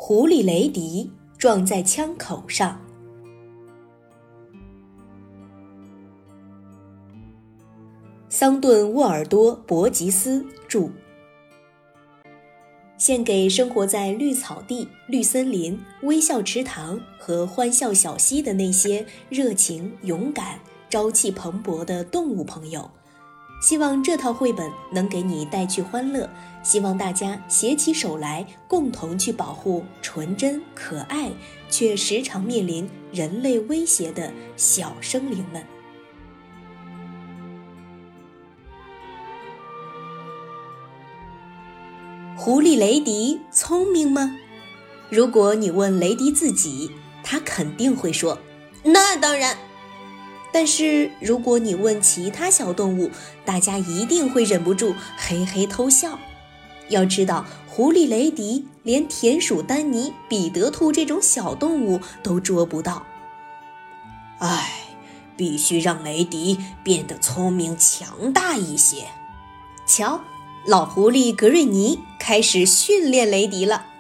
狐狸雷迪撞在枪口上。桑顿·沃尔多·伯吉斯著。献给生活在绿草地、绿森林、微笑池塘和欢笑小溪的那些热情、勇敢、朝气蓬勃的动物朋友。希望这套绘本能给你带去欢乐，希望大家携起手来，共同去保护纯真可爱却时常面临人类威胁的小生灵们。狐狸雷迪聪明吗？如果你问雷迪自己，他肯定会说那当然。但是如果你问其他小动物，大家一定会忍不住嘿嘿偷笑。要知道，狐狸雷迪连田鼠丹尼、彼得兔这种小动物都捉不到。必须让雷迪变得聪明强大一些。瞧，老狐狸格瑞尼开始训练雷迪了。